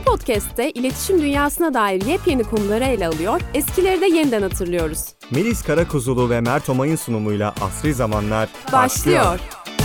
podcast'te iletişim dünyasına dair yepyeni konuları ele alıyor, eskileri de yeniden hatırlıyoruz. Melis Karakuzulu ve Mert Omay'ın sunumuyla Asri Zamanlar başlıyor.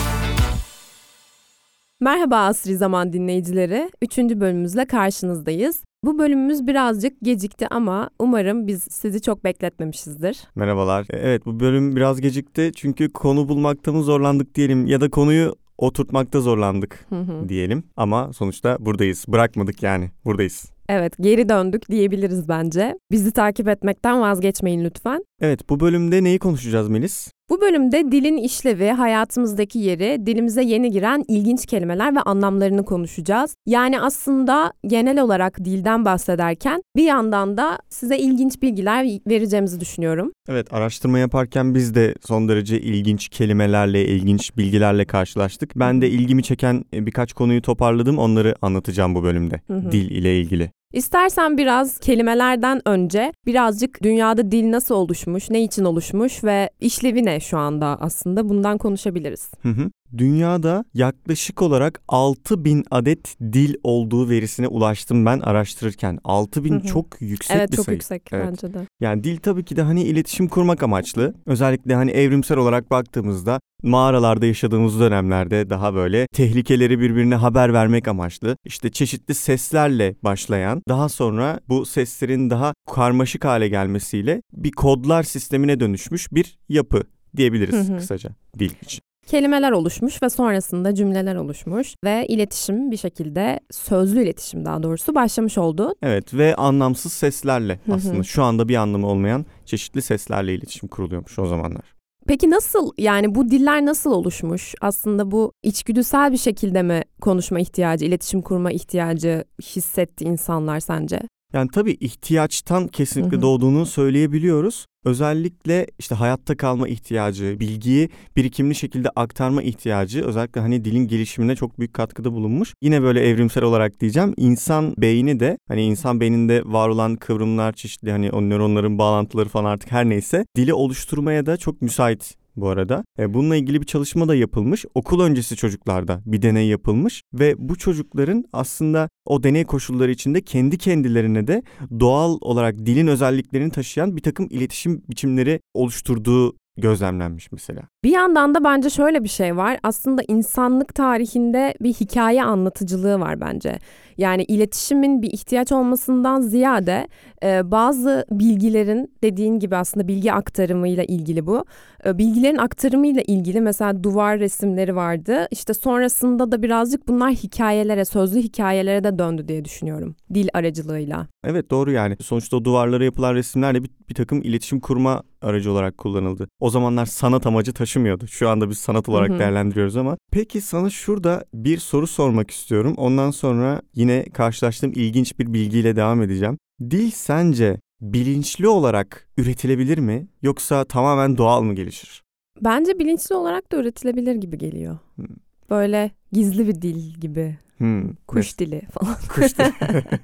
Merhaba Asri Zaman dinleyicileri, 3. bölümümüzle karşınızdayız. Bu bölümümüz birazcık gecikti ama umarım biz sizi çok bekletmemişizdir. Merhabalar. Evet, bu bölüm biraz gecikti çünkü konu bulmakta mı zorlandık diyelim ya da konuyu oturtmakta zorlandık diyelim. Ama sonuçta buradayız. Bırakmadık yani. Buradayız. Evet, geri döndük diyebiliriz bence. Bizi takip etmekten vazgeçmeyin lütfen. Evet, bu bölümde neyi konuşacağız Melis? Bu bölümde dilin işlevi, hayatımızdaki yeri, dilimize yeni giren ilginç kelimeler ve anlamlarını konuşacağız. Yani aslında genel olarak dilden bahsederken bir yandan da size ilginç bilgiler vereceğimizi düşünüyorum. Evet, araştırma yaparken biz de son derece ilginç kelimelerle, ilginç bilgilerle karşılaştık. Ben de ilgimi çeken birkaç konuyu toparladım, onları anlatacağım bu bölümde. Dil ile ilgili. İstersen biraz kelimelerden önce birazcık dünyada dil nasıl oluşmuş, ne için oluşmuş ve işlevi ne şu anda aslında bundan konuşabiliriz. Dünyada yaklaşık olarak 6.000 adet dil olduğu verisine ulaştım ben araştırırken. 6.000 çok yüksek bir sayı. Evet, çok yüksek bence de. Yani dil tabii ki de hani iletişim kurmak amaçlı. Özellikle hani evrimsel olarak baktığımızda mağaralarda yaşadığımız dönemlerde daha böyle tehlikeleri birbirine haber vermek amaçlı. İşte çeşitli seslerle başlayan, daha sonra bu seslerin daha karmaşık hale gelmesiyle bir kodlar sistemine dönüşmüş bir yapı diyebiliriz kısaca dil için. Kelimeler oluşmuş ve sonrasında cümleler oluşmuş ve iletişim bir şekilde sözlü iletişim daha doğrusu başlamış oldu. Evet ve anlamsız seslerle aslında şu anda bir anlamı olmayan çeşitli seslerle iletişim kuruluyormuş o zamanlar. Peki nasıl, yani bu diller nasıl oluşmuş? Aslında bu içgüdüsel bir şekilde mi konuşma ihtiyacı, iletişim kurma ihtiyacı hissetti insanlar sence? Yani tabii ihtiyaçtan kesinlikle doğduğunu söyleyebiliyoruz. Özellikle işte hayatta kalma ihtiyacı, bilgiyi birikimli şekilde aktarma ihtiyacı özellikle hani dilin gelişimine çok büyük katkıda bulunmuş. Yine böyle evrimsel olarak diyeceğim, insan beyni de hani insan beyninde var olan kıvrımlar, çeşitli hani o nöronların bağlantıları falan artık her neyse dili oluşturmaya da çok müsait. Bu arada bununla ilgili bir çalışma da yapılmış. Okul öncesi çocuklarda bir deney yapılmış ve bu çocukların aslında o deney koşulları içinde kendi kendilerine de doğal olarak dilin özelliklerini taşıyan bir takım iletişim biçimleri oluşturduğu gözlemlenmiş mesela. Bir yandan da bence şöyle bir şey var. Aslında insanlık tarihinde bir hikaye anlatıcılığı var bence. Yani iletişimin bir ihtiyaç olmasından ziyade bazı bilgilerin, dediğin gibi aslında bilgi aktarımıyla ilgili bu. Bilgilerin aktarımıyla ilgili mesela duvar resimleri vardı. İşte sonrasında da birazcık bunlar hikayelere, sözlü hikayelere de döndü diye düşünüyorum. Dil aracılığıyla. Evet, doğru yani. Sonuçta o duvarlara yapılan resimlerle bir takım iletişim kurma aracı olarak kullanıldı. O zamanlar sanat amacı taşımıyordu. Şu anda biz sanat olarak değerlendiriyoruz ama. Peki sana şurada bir soru sormak istiyorum. Ondan sonra yine karşılaştığım ilginç bir bilgiyle devam edeceğim. Dil sence bilinçli olarak üretilebilir mi? Yoksa tamamen doğal mı gelişir? Bence bilinçli olarak da üretilebilir gibi geliyor. Böyle gizli bir dil gibi. Kuş dili falan. Kuş dili.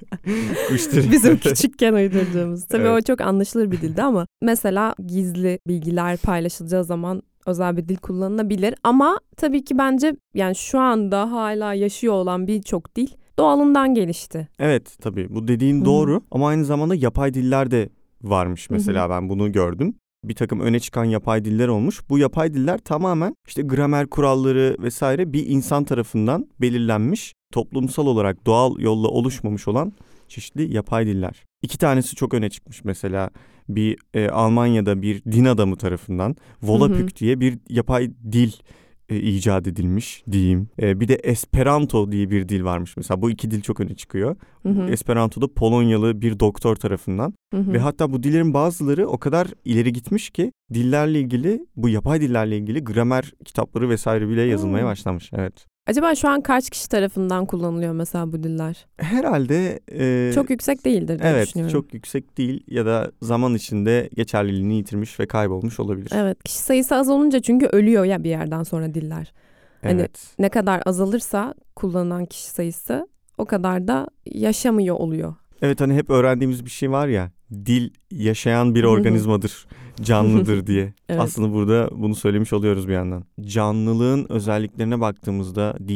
Kuş dili. Bizim küçükken uydurduğumuz. Tabii o çok anlaşılır bir dildi ama mesela gizli bilgiler paylaşılacağı zaman özel bir dil kullanılabilir. Ama tabii ki bence yani şu anda hala yaşıyor olan birçok dil doğalından gelişti. Evet, tabii bu dediğin doğru ama aynı zamanda yapay diller de varmış mesela ben bunu gördüm. Bir takım öne çıkan yapay diller olmuş. Bu yapay diller tamamen işte gramer kuralları vesaire bir insan tarafından belirlenmiş, toplumsal olarak doğal yolla oluşmamış olan çeşitli yapay diller. 2 tanesi çok öne çıkmış mesela. Bir Almanya'da bir din adamı tarafından Volapük diye bir yapay dil icat edilmiş diyeyim. Bir de Esperanto diye bir dil varmış mesela. Bu 2 dil çok öne çıkıyor. Esperanto'da Polonyalı bir doktor tarafından. Ve hatta bu dillerin bazıları o kadar ileri gitmiş ki dillerle ilgili, bu yapay dillerle ilgili gramer kitapları vesaire bile yazılmaya başlamış. Evet. Acaba şu an kaç kişi tarafından kullanılıyor mesela bu diller? Herhalde çok yüksek değildir diye düşünüyorum. Evet, çok yüksek değil ya da zaman içinde geçerliliğini yitirmiş ve kaybolmuş olabilir. Evet, kişi sayısı az olunca çünkü ölüyor ya bir yerden sonra diller. Hani evet. Ne kadar azalırsa kullanılan kişi sayısı o kadar da yaşamıyor oluyor. Evet, hani hep öğrendiğimiz bir şey var ya, dil yaşayan bir organizmadır, canlıdır diye. Evet. Aslında burada bunu söylemiş oluyoruz bir yandan. Canlılığın özelliklerine baktığımızda dil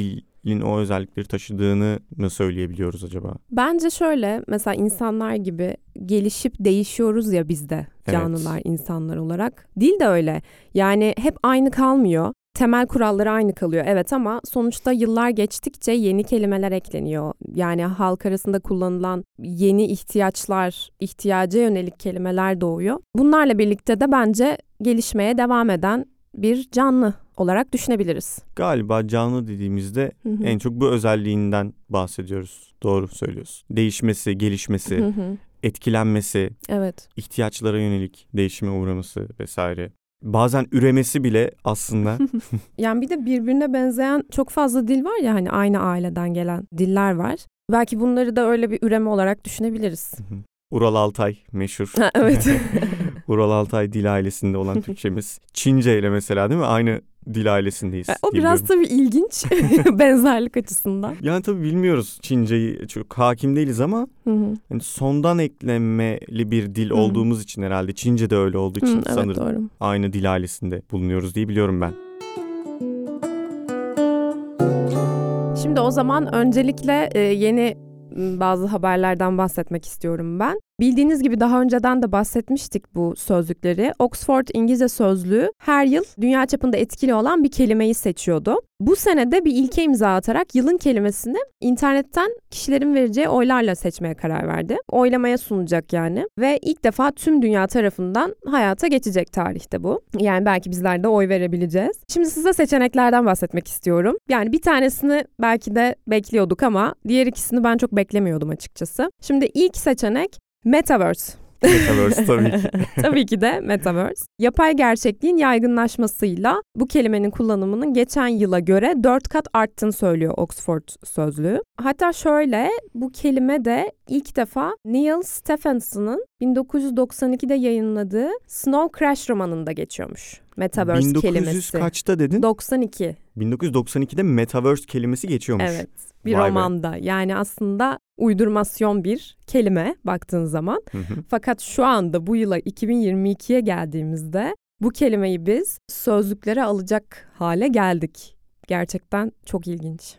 dilin o özellikleri taşıdığını mı söyleyebiliyoruz acaba? Bence şöyle, mesela insanlar gibi gelişip değişiyoruz ya biz de canlılar, Evet. insanlar olarak. Dil de öyle. Yani hep aynı kalmıyor. Temel kuralları aynı kalıyor evet, ama sonuçta yıllar geçtikçe yeni kelimeler ekleniyor. Yani halk arasında kullanılan yeni ihtiyaçlar, ihtiyaca yönelik kelimeler doğuyor. Bunlarla birlikte de bence gelişmeye devam eden bir canlı olarak düşünebiliriz. Galiba canlı dediğimizde en çok bu özelliğinden bahsediyoruz. Doğru söylüyorsun. Değişmesi, gelişmesi, etkilenmesi, Evet. ihtiyaçlara yönelik değişime uğraması vesaire. Bazen üremesi bile aslında. Yani bir de birbirine benzeyen çok fazla dil var ya, hani aynı aileden gelen diller var. Belki bunları da öyle bir üreme olarak düşünebiliriz. Ural Altay meşhur. Evet. Ural Altay dil ailesinde olan Türkçemiz. Çince ile mesela değil mi? Aynı dil ailesindeyiz. O biraz tabii ilginç benzerlik açısından. Yani tabii bilmiyoruz Çince'yi, çok hakim değiliz ama yani sondan eklemeli bir dil olduğumuz için herhalde Çince de öyle olduğu için Evet, sanırım doğru. aynı dil ailesinde bulunuyoruz diye biliyorum ben. Şimdi o zaman öncelikle yeni bazı haberlerden bahsetmek istiyorum ben. Bildiğiniz gibi daha önceden de bahsetmiştik bu sözlükleri. Oxford İngilizce Sözlüğü her yıl dünya çapında etkili olan bir kelimeyi seçiyordu. Bu sene de bir ilke imza atarak yılın kelimesini internetten kişilerin vereceği oylarla seçmeye karar verdi. Oylamaya sunulacak yani. Ve ilk defa tüm dünya tarafından hayata geçecek tarihte bu. Yani belki bizler de oy verebileceğiz. Şimdi size seçeneklerden bahsetmek istiyorum. Yani bir tanesini belki de bekliyorduk ama diğer ikisini ben çok beklemiyordum açıkçası. Şimdi ilk seçenek Metaverse. Metaverse tabii ki. Tabii ki de Metaverse. Yapay gerçekliğin yaygınlaşmasıyla bu kelimenin kullanımının geçen yıla göre 4 kat arttığını söylüyor Oxford Sözlüğü. Hatta şöyle, bu kelime de ilk defa Neil Stephenson'ın 1992'de yayınladığı Snow Crash romanında geçiyormuş. Metaverse 1900 kelimesi. kaçta dedin? 92. 1992'de Metaverse kelimesi geçiyormuş. Evet. Bir Vay be. romanda. Yani aslında uydurmasyon bir kelime baktığın zaman. Fakat şu anda bu yıla 2022'ye geldiğimizde bu kelimeyi biz sözlüklere alacak hale geldik. Gerçekten çok ilginç.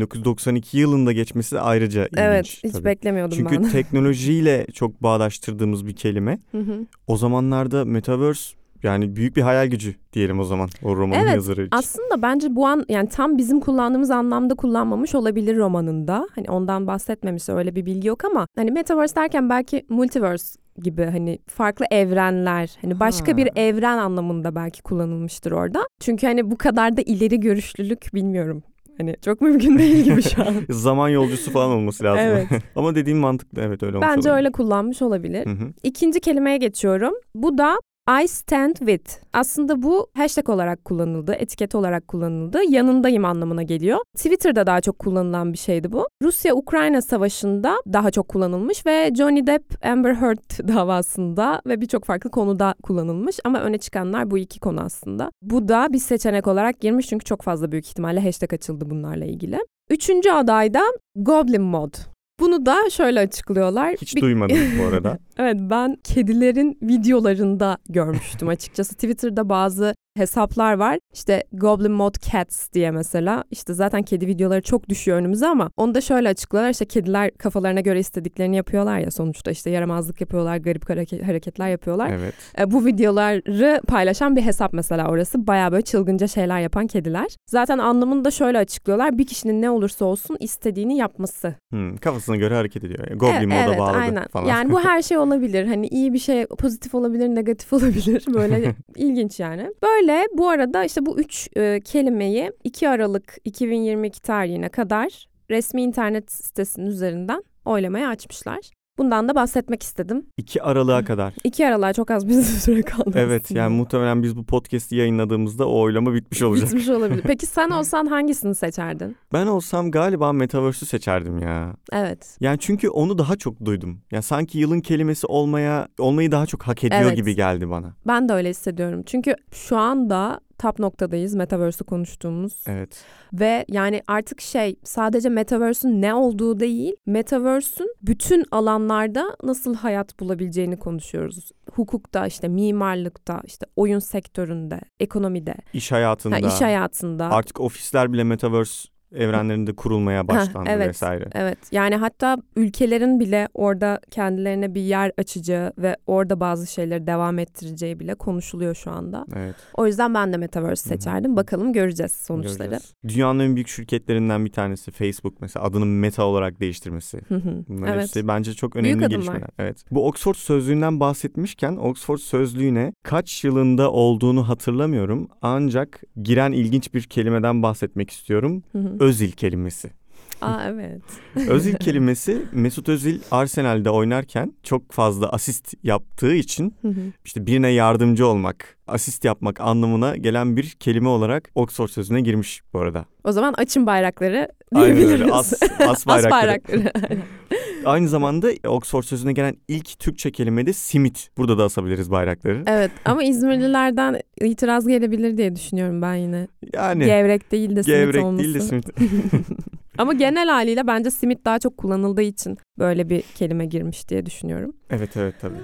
1992 yılında geçmesi ayrıca ilginç. Evet, hiç tabii. beklemiyordum Çünkü ben. teknolojiyle çok bağdaştırdığımız bir kelime. O zamanlarda Metaverse yani büyük bir hayal gücü diyelim o zaman o romanın yazarı için. Aslında bence bu an yani tam bizim kullandığımız anlamda kullanmamış olabilir romanında. Hani ondan bahsetmemiş, öyle bir bilgi yok ama hani Metaverse derken belki multiverse gibi, hani farklı evrenler, hani başka bir evren anlamında belki kullanılmıştır orada. Çünkü hani bu kadar da ileri görüşlülük bilmiyorum. Hani çok mümkün değil gibi şu an. Zaman yolcusu falan olması lazım. Evet. Ama dediğim mantıklı, evet, öyle olmuş Bence olabilir. öyle kullanmış olabilir. Hı. İkinci kelimeye geçiyorum. Bu da I stand with. Aslında bu hashtag olarak kullanıldı, etiket olarak kullanıldı. Yanındayım anlamına geliyor. Twitter'da daha çok kullanılan bir şeydi bu. Rusya-Ukrayna savaşında daha çok kullanılmış ve Johnny Depp Amber Heard davasında ve birçok farklı konuda kullanılmış. Ama öne çıkanlar bu iki konu aslında. Bu da bir seçenek olarak girmiş çünkü çok fazla büyük ihtimalle hashtag açıldı bunlarla ilgili. Üçüncü aday da Goblin Mod. Bunu da şöyle açıklıyorlar. Hiç duymadım bu arada. Evet, ben kedilerin videolarında görmüştüm açıkçası. Twitter'da bazı hesaplar var. İşte Goblin Mod Cats diye mesela. İşte zaten kedi videoları çok düşüyor önümüze ama onu da şöyle açıklıyorlar. İşte kediler kafalarına göre istediklerini yapıyorlar ya, sonuçta işte yaramazlık yapıyorlar, garip hareketler yapıyorlar. Evet. Bu videoları paylaşan bir hesap mesela orası. Bayağı böyle çılgınca şeyler yapan kediler. Zaten anlamını da şöyle açıklıyorlar. Bir kişinin ne olursa olsun istediğini yapması. Kafasına göre hareket ediyor. Yani Goblin Mod'a bağladı aynen. falan. Yani bu her şey olabilir. Hani iyi bir şey, pozitif olabilir, negatif olabilir. Böyle ilginç yani. Böyle bu arada işte bu 3 kelimeyi 2 Aralık 2022 tarihine kadar resmi internet sitesinin üzerinden oylamaya açmışlar. Bundan da bahsetmek istedim. 2 Aralık'a kadar. 2 Aralık'a çok az bir süre kaldı. Evet aslında. yani muhtemelen biz bu podcast'i yayınladığımızda o oylama bitmiş olacak. Bitmiş olabilir. Peki sen olsan hangisini seçerdin? Ben olsam galiba Metaverse'ü seçerdim ya. Evet. Yani çünkü onu daha çok duydum. Yani sanki yılın kelimesi olmayı daha çok hak ediyor gibi geldi bana. Ben de öyle hissediyorum. Çünkü şu anda top noktadayız Metaverse'ü konuştuğumuz. Evet. Ve yani artık sadece Metaverse'ün ne olduğu değil, Metaverse'ün bütün alanlarda nasıl hayat bulabileceğini konuşuyoruz. Hukukta, işte mimarlıkta, işte oyun sektöründe, ekonomide. İş hayatında. İş hayatında. Artık ofisler bile Metaverse evrenlerinde kurulmaya başlandı evet, vesaire. Evet, yani hatta ülkelerin bile orada kendilerine bir yer açacağı ve orada bazı şeyleri devam ettireceği bile konuşuluyor şu anda. Evet. O yüzden ben de Metaverse seçerdim. Bakalım göreceğiz sonuçları. Göreceğiz. Dünyanın en büyük şirketlerinden bir tanesi Facebook mesela, adını Meta olarak değiştirmesi. Bunların hepsi bence çok önemli gelişmeler. Evet. Bu Oxford Sözlüğü'nden bahsetmişken, Oxford Sözlüğü'ne kaç yılında olduğunu hatırlamıyorum. Ancak giren ilginç bir kelimeden bahsetmek istiyorum. Özil kelimesi. Evet. Özil kelimesi, Mesut Özil Arsenal'de oynarken çok fazla asist yaptığı için işte birine yardımcı olmak, asist yapmak anlamına gelen bir kelime olarak Oxford Sözlüğü'ne girmiş bu arada. O zaman açın bayrakları diyebiliriz. Aynen öyle. As bayrakları. Aynen. Aynı zamanda Oxford Sözlüğü'ne gelen ilk Türkçe kelime de simit. Burada da asabiliriz bayrakları. Evet, ama İzmirlilerden itiraz gelebilir diye düşünüyorum ben yine. Yani gevrek değil de simit olması. Gevrek değil de simit. Ama genel haliyle bence simit daha çok kullanıldığı için böyle bir kelime girmiş diye düşünüyorum. Evet tabii.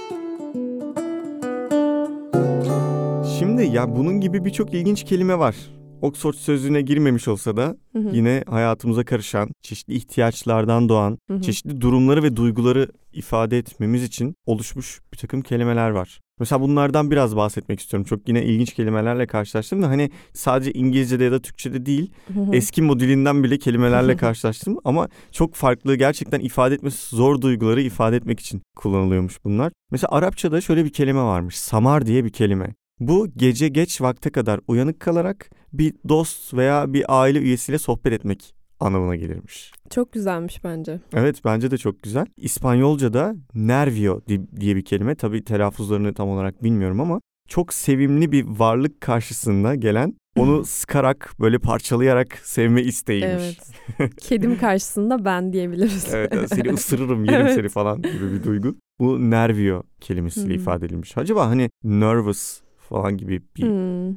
Şimdi ya bunun gibi birçok ilginç kelime var. Oxford Sözlüğü'ne girmemiş olsa da yine hayatımıza karışan, çeşitli ihtiyaçlardan doğan, çeşitli durumları ve duyguları ifade etmemiz için oluşmuş bir takım kelimeler var. Mesela bunlardan biraz bahsetmek istiyorum. Çok yine ilginç kelimelerle karşılaştım da hani sadece İngilizce'de ya da Türkçe'de değil, Eskimo dilinden bile kelimelerle karşılaştım. Ama çok farklı, gerçekten ifade etmesi zor duyguları ifade etmek için kullanılıyormuş bunlar. Mesela Arapça'da şöyle bir kelime varmış, samar diye bir kelime. Bu gece geç vakte kadar uyanık kalarak bir dost veya bir aile üyesiyle sohbet etmek anlamına gelirmiş. Çok güzelmiş bence. Evet, bence de çok güzel. İspanyolca'da nervio diye bir kelime. Tabii telaffuzlarını tam olarak bilmiyorum ama çok sevimli bir varlık karşısında gelen, onu sıkarak böyle parçalayarak sevme isteğiymiş. Evet. Kedim karşısında ben diyebiliriz. Evet, seni ısırırım, yerim seni falan gibi bir duygu. Bu nervio kelimesiyle ifade edilmiş. Acaba hani nervous falan gibi bir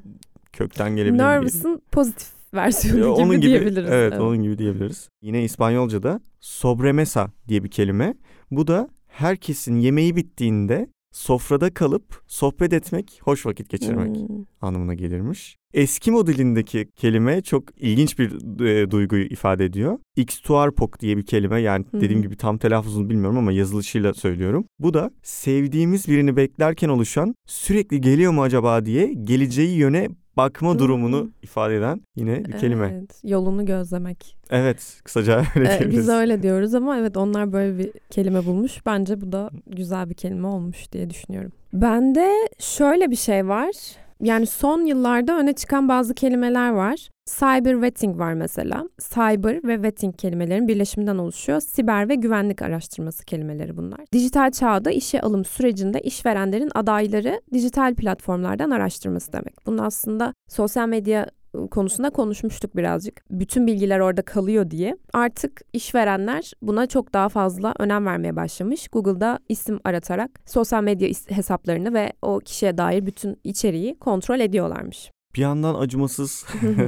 kökten gelebilir mi? Nervous'ın pozitif versiyonu gibi diyebiliriz. Evet, onun gibi diyebiliriz. Yine İspanyolca'da sobremesa diye bir kelime. Bu da herkesin yemeği bittiğinde sofrada kalıp sohbet etmek, hoş vakit geçirmek anlamına gelirmiş. Eskimo dilindeki kelime çok ilginç bir duyguyu ifade ediyor. Ixtuarpok diye bir kelime, yani dediğim gibi tam telaffuzunu bilmiyorum ama yazılışıyla söylüyorum. Bu da sevdiğimiz birini beklerken oluşan, sürekli geliyor mu acaba diye geleceği yöne bakma durumunu ifade eden yine bir kelime. Evet, yolunu gözlemek. Evet, kısaca öyle diyebiliriz. Biz öyle diyoruz ama evet, onlar böyle bir kelime bulmuş. Bence bu da güzel bir kelime olmuş diye düşünüyorum. Bende şöyle bir şey var. Yani son yıllarda öne çıkan bazı kelimeler var. Cyber vetting var mesela. Cyber ve vetting kelimelerin birleşiminden oluşuyor. Siber ve güvenlik araştırması kelimeleri bunlar. Dijital çağda işe alım sürecinde işverenlerin adayları dijital platformlardan araştırması demek. Bunun aslında sosyal medya konusunda konuşmuştuk birazcık. Bütün bilgiler orada kalıyor diye. Artık işverenler buna çok daha fazla önem vermeye başlamış. Google'da isim aratarak sosyal medya hesaplarını ve o kişiye dair bütün içeriği kontrol ediyorlarmış. Bir yandan acımasız.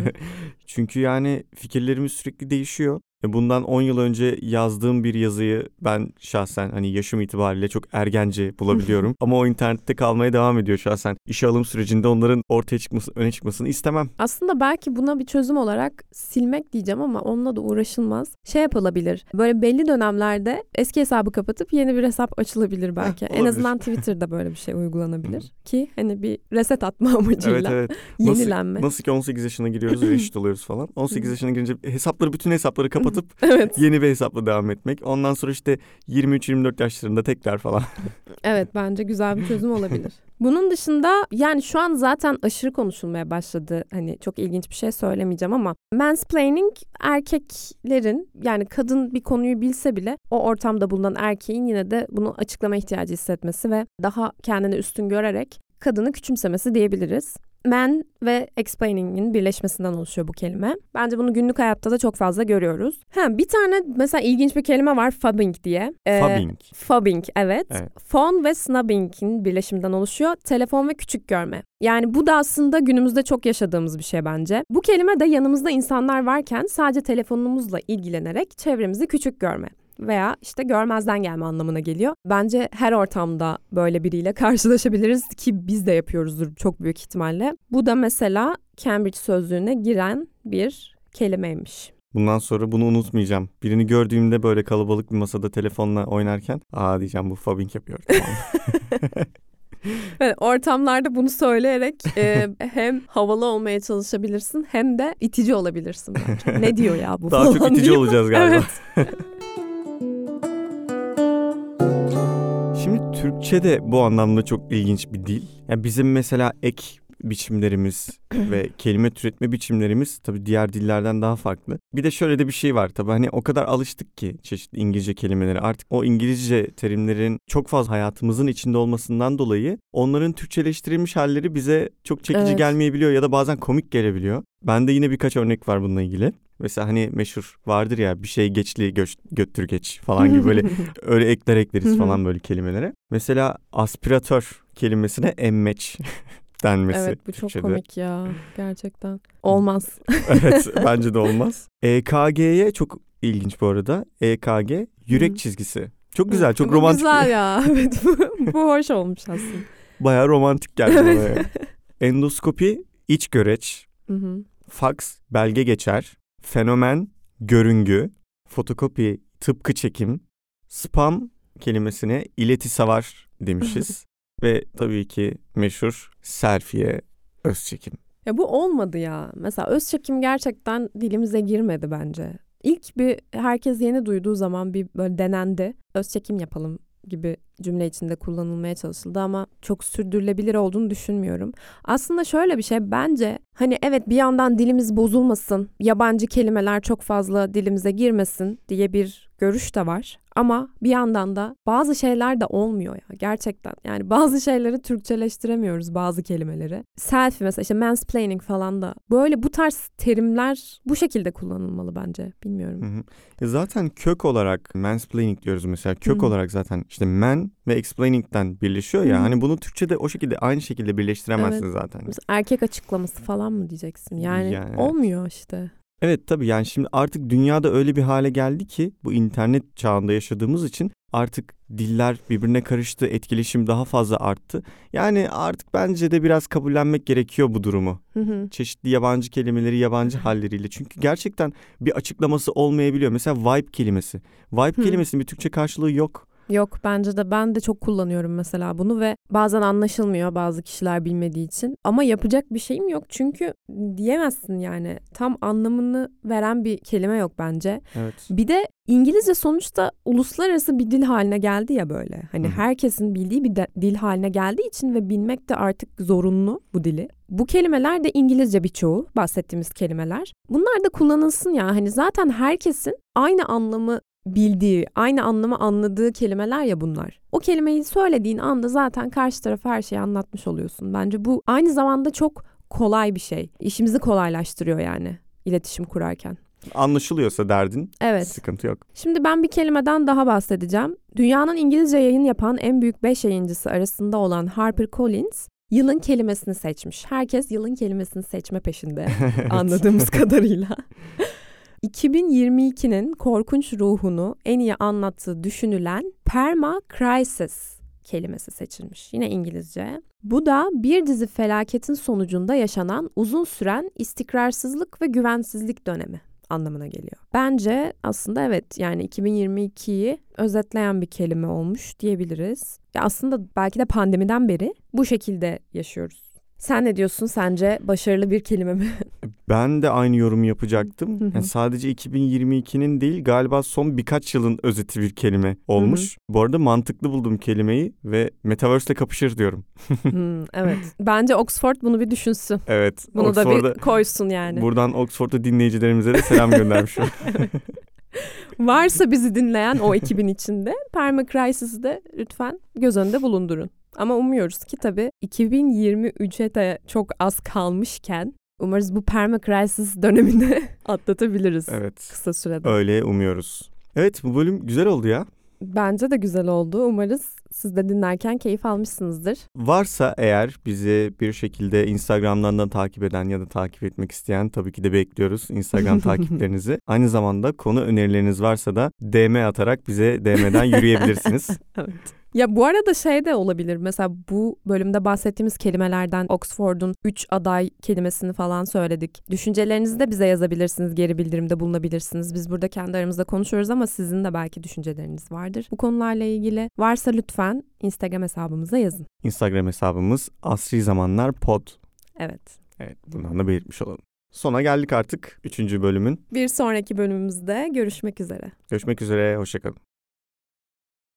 Çünkü yani fikirlerimiz sürekli değişiyor. Bundan 10 yıl önce yazdığım bir yazıyı ben şahsen hani yaşım itibariyle çok ergence bulabiliyorum. Ama o internette kalmaya devam ediyor şahsen. İşe alım sürecinde onların ortaya çıkması, öne çıkmasını istemem. Aslında belki buna bir çözüm olarak silmek diyeceğim ama onunla da uğraşılmaz. Şey yapılabilir. Böyle belli dönemlerde eski hesabı kapatıp yeni bir hesap açılabilir belki. En azından Twitter'da böyle bir şey uygulanabilir. Ki hani bir reset atma amacıyla. Evet. Yenilenme. Nasıl ki 18 yaşına giriyoruz ve eşit oluyoruz falan. 18 yaşına girince bütün hesapları kapatıp evet. Yeni bir hesapla devam etmek. Ondan sonra işte 23-24 yaşlarında tekrar falan. Evet, bence güzel bir çözüm olabilir. Bunun dışında yani şu an zaten aşırı konuşulmaya başladı. Hani çok ilginç bir şey söylemeyeceğim ama mansplaining, erkeklerin, yani kadın bir konuyu bilse bile o ortamda bulunan erkeğin yine de bunu açıklama ihtiyacı hissetmesi ve daha kendini üstün görerek kadını küçümsemesi diyebiliriz. Man ve explaining'in birleşmesinden oluşuyor bu kelime. Bence bunu günlük hayatta da çok fazla görüyoruz. Bir tane mesela ilginç bir kelime var, fubbing diye. Fubbing, evet. Phone ve snubbing'in birleşiminden oluşuyor. Telefon ve küçük görme. Yani bu da aslında günümüzde çok yaşadığımız bir şey bence. Bu kelime de yanımızda insanlar varken sadece telefonumuzla ilgilenerek çevremizi küçük görme veya işte görmezden gelme anlamına geliyor. Bence her ortamda böyle biriyle karşılaşabiliriz ki biz de yapıyoruzdur çok büyük ihtimalle. Bu da mesela Cambridge Sözlüğü'ne giren bir kelimeymiş. Bundan sonra bunu unutmayacağım. Birini gördüğümde böyle kalabalık bir masada telefonla oynarken diyeceğim bu fubbing yapıyor. Tamam. Evet, ortamlarda bunu söyleyerek hem havalı olmaya çalışabilirsin hem de itici olabilirsin bence. Ne diyor ya bu Daha falan çok itici diyor. olacağız galiba. Evet. Şimdi Türkçe de bu anlamda çok ilginç bir dil. Yani bizim mesela ek biçimlerimiz ve kelime türetme biçimlerimiz tabii diğer dillerden daha farklı. Bir de şöyle de bir şey var tabii, hani o kadar alıştık ki çeşitli İngilizce kelimelere, artık o İngilizce terimlerin çok fazla hayatımızın içinde olmasından dolayı onların Türkçeleştirilmiş halleri bize çok çekici gelmeyebiliyor ya da bazen komik gelebiliyor. Bende yine birkaç örnek var bununla ilgili. Mesela hani meşhur vardır ya, bir şey geçli götür geç falan gibi böyle öyle ekler ekleriz falan böyle kelimelere. Mesela aspiratör kelimesine emmeç denmesi. Evet, bu çok Türkçe'de. komik ya gerçekten. Olmaz. Evet, bence de olmaz. EKG'ye çok ilginç bu arada. EKG yürek çizgisi. Çok güzel, çok bu romantik. Güzel ya. Evet, bu hoş olmuş aslında. Bayağı romantik geldi bana ya. Endoskopi iç göreç. Faks belge geçer. Fenomen görüngü. Fotokopi tıpkı çekim. Spam kelimesine ileti savar demişiz. Ve tabii ki meşhur selfie'ye öz çekim. Ya bu olmadı ya. Mesela öz çekim gerçekten dilimize girmedi bence. İlk herkes yeni duyduğu zaman bir böyle denendi. Öz çekim yapalım gibi cümle içinde kullanılmaya çalışıldı ama çok sürdürülebilir olduğunu düşünmüyorum. Aslında şöyle bir şey, bence hani evet, bir yandan dilimiz bozulmasın, yabancı kelimeler çok fazla dilimize girmesin diye bir görüş de var. Ama bir yandan da bazı şeyler de olmuyor ya gerçekten. Yani bazı şeyleri Türkçeleştiremiyoruz, bazı kelimeleri. Selfie mesela, işte mansplaining falan da. Böyle bu tarz terimler bu şekilde kullanılmalı bence. Bilmiyorum. Zaten kök olarak mansplaining diyoruz mesela. Kök olarak zaten işte man ve explaining'den birleşiyor ya. Hani bunu Türkçe'de o şekilde aynı şekilde birleştiremezsin zaten. Mesela erkek açıklaması falan mı diyeceksin? Yani olmuyor işte. Evet tabii, yani şimdi artık dünyada öyle bir hale geldi ki bu internet çağında yaşadığımız için artık diller birbirine karıştı, etkileşim daha fazla arttı. Yani artık bence de biraz kabullenmek gerekiyor bu durumu. Çeşitli yabancı kelimeleri yabancı halleriyle. Çünkü gerçekten bir açıklaması olmayabiliyor. Mesela vibe kelimesi. Vibe kelimesinin bir Türkçe karşılığı yok. Yok, bence de, ben de çok kullanıyorum mesela bunu ve bazen anlaşılmıyor bazı kişiler bilmediği için. Ama yapacak bir şeyim yok çünkü diyemezsin yani. Tam anlamını veren bir kelime yok bence. Evet. Bir de İngilizce sonuçta uluslararası bir dil haline geldi ya böyle. Hani herkesin bildiği bir dil haline geldiği için ve bilmek de artık zorunlu bu dili. Bu kelimeler de İngilizce birçoğu, bahsettiğimiz kelimeler. Bunlar da kullanılsın ya. Hani zaten herkesin aynı anlamı bildiği, aynı anlamı anladığı kelimeler ya bunlar. O kelimeyi söylediğin anda zaten karşı tarafa her şeyi anlatmış oluyorsun. Bence bu aynı zamanda çok kolay bir şey. İşimizi kolaylaştırıyor yani iletişim kurarken. Anlaşılıyorsa derdin, evet, sıkıntı yok. Şimdi ben bir kelimeden daha bahsedeceğim. Dünyanın İngilizce yayın yapan en büyük 5 yayıncısı arasında olan HarperCollins yılın kelimesini seçmiş. Herkes yılın kelimesini seçme peşinde anladığımız kadarıyla. 2022'nin korkunç ruhunu en iyi anlattığı düşünülen perma-crisis kelimesi seçilmiş. Yine İngilizce. Bu da bir dizi felaketin sonucunda yaşanan uzun süren istikrarsızlık ve güvensizlik dönemi anlamına geliyor. Bence aslında evet, yani 2022'yi özetleyen bir kelime olmuş diyebiliriz. Ya aslında belki de pandemiden beri bu şekilde yaşıyoruz. Sen ne diyorsun, sence başarılı bir kelime mi? Ben de aynı yorumu yapacaktım. Yani sadece 2022'nin değil, galiba son birkaç yılın özeti bir kelime olmuş. Bu arada mantıklı buldum kelimeyi ve Metaverse'le kapışır diyorum. Evet. Bence Oxford bunu bir düşünsün. Evet. Bunu Oxford'a da bir koysun yani. Buradan Oxford'da dinleyicilerimize de selam göndermişim. Varsa bizi dinleyen o ekibin içinde permacrisis'i de lütfen göz önünde bulundurun. Ama umuyoruz ki tabii 2023'e de çok az kalmışken umarız bu permacrisis dönemini atlatabiliriz kısa sürede. Öyle umuyoruz. Evet, bu bölüm güzel oldu ya. Bence de güzel oldu. Umarız siz de dinlerken keyif almışsınızdır. Varsa eğer bizi bir şekilde Instagram'dan da takip eden ya da takip etmek isteyen, tabii ki de bekliyoruz Instagram takiplerinizi. Aynı zamanda konu önerileriniz varsa da DM atarak bize DM'den yürüyebilirsiniz. Evet. Ya bu arada şey de olabilir. Mesela bu bölümde bahsettiğimiz kelimelerden Oxford'un 3 aday kelimesini falan söyledik. Düşüncelerinizi de bize yazabilirsiniz. Geri bildirimde bulunabilirsiniz. Biz burada kendi aramızda konuşuyoruz ama sizin de belki düşünceleriniz vardır bu konularla ilgili. Varsa lütfen Instagram hesabımıza yazın. Instagram hesabımız Asri Zamanlar Pod. Evet. Evet, bundan da belirtmiş olalım. Sona geldik artık 3. bölümün. Bir sonraki bölümümüzde görüşmek üzere. Görüşmek üzere, hoşça kalın.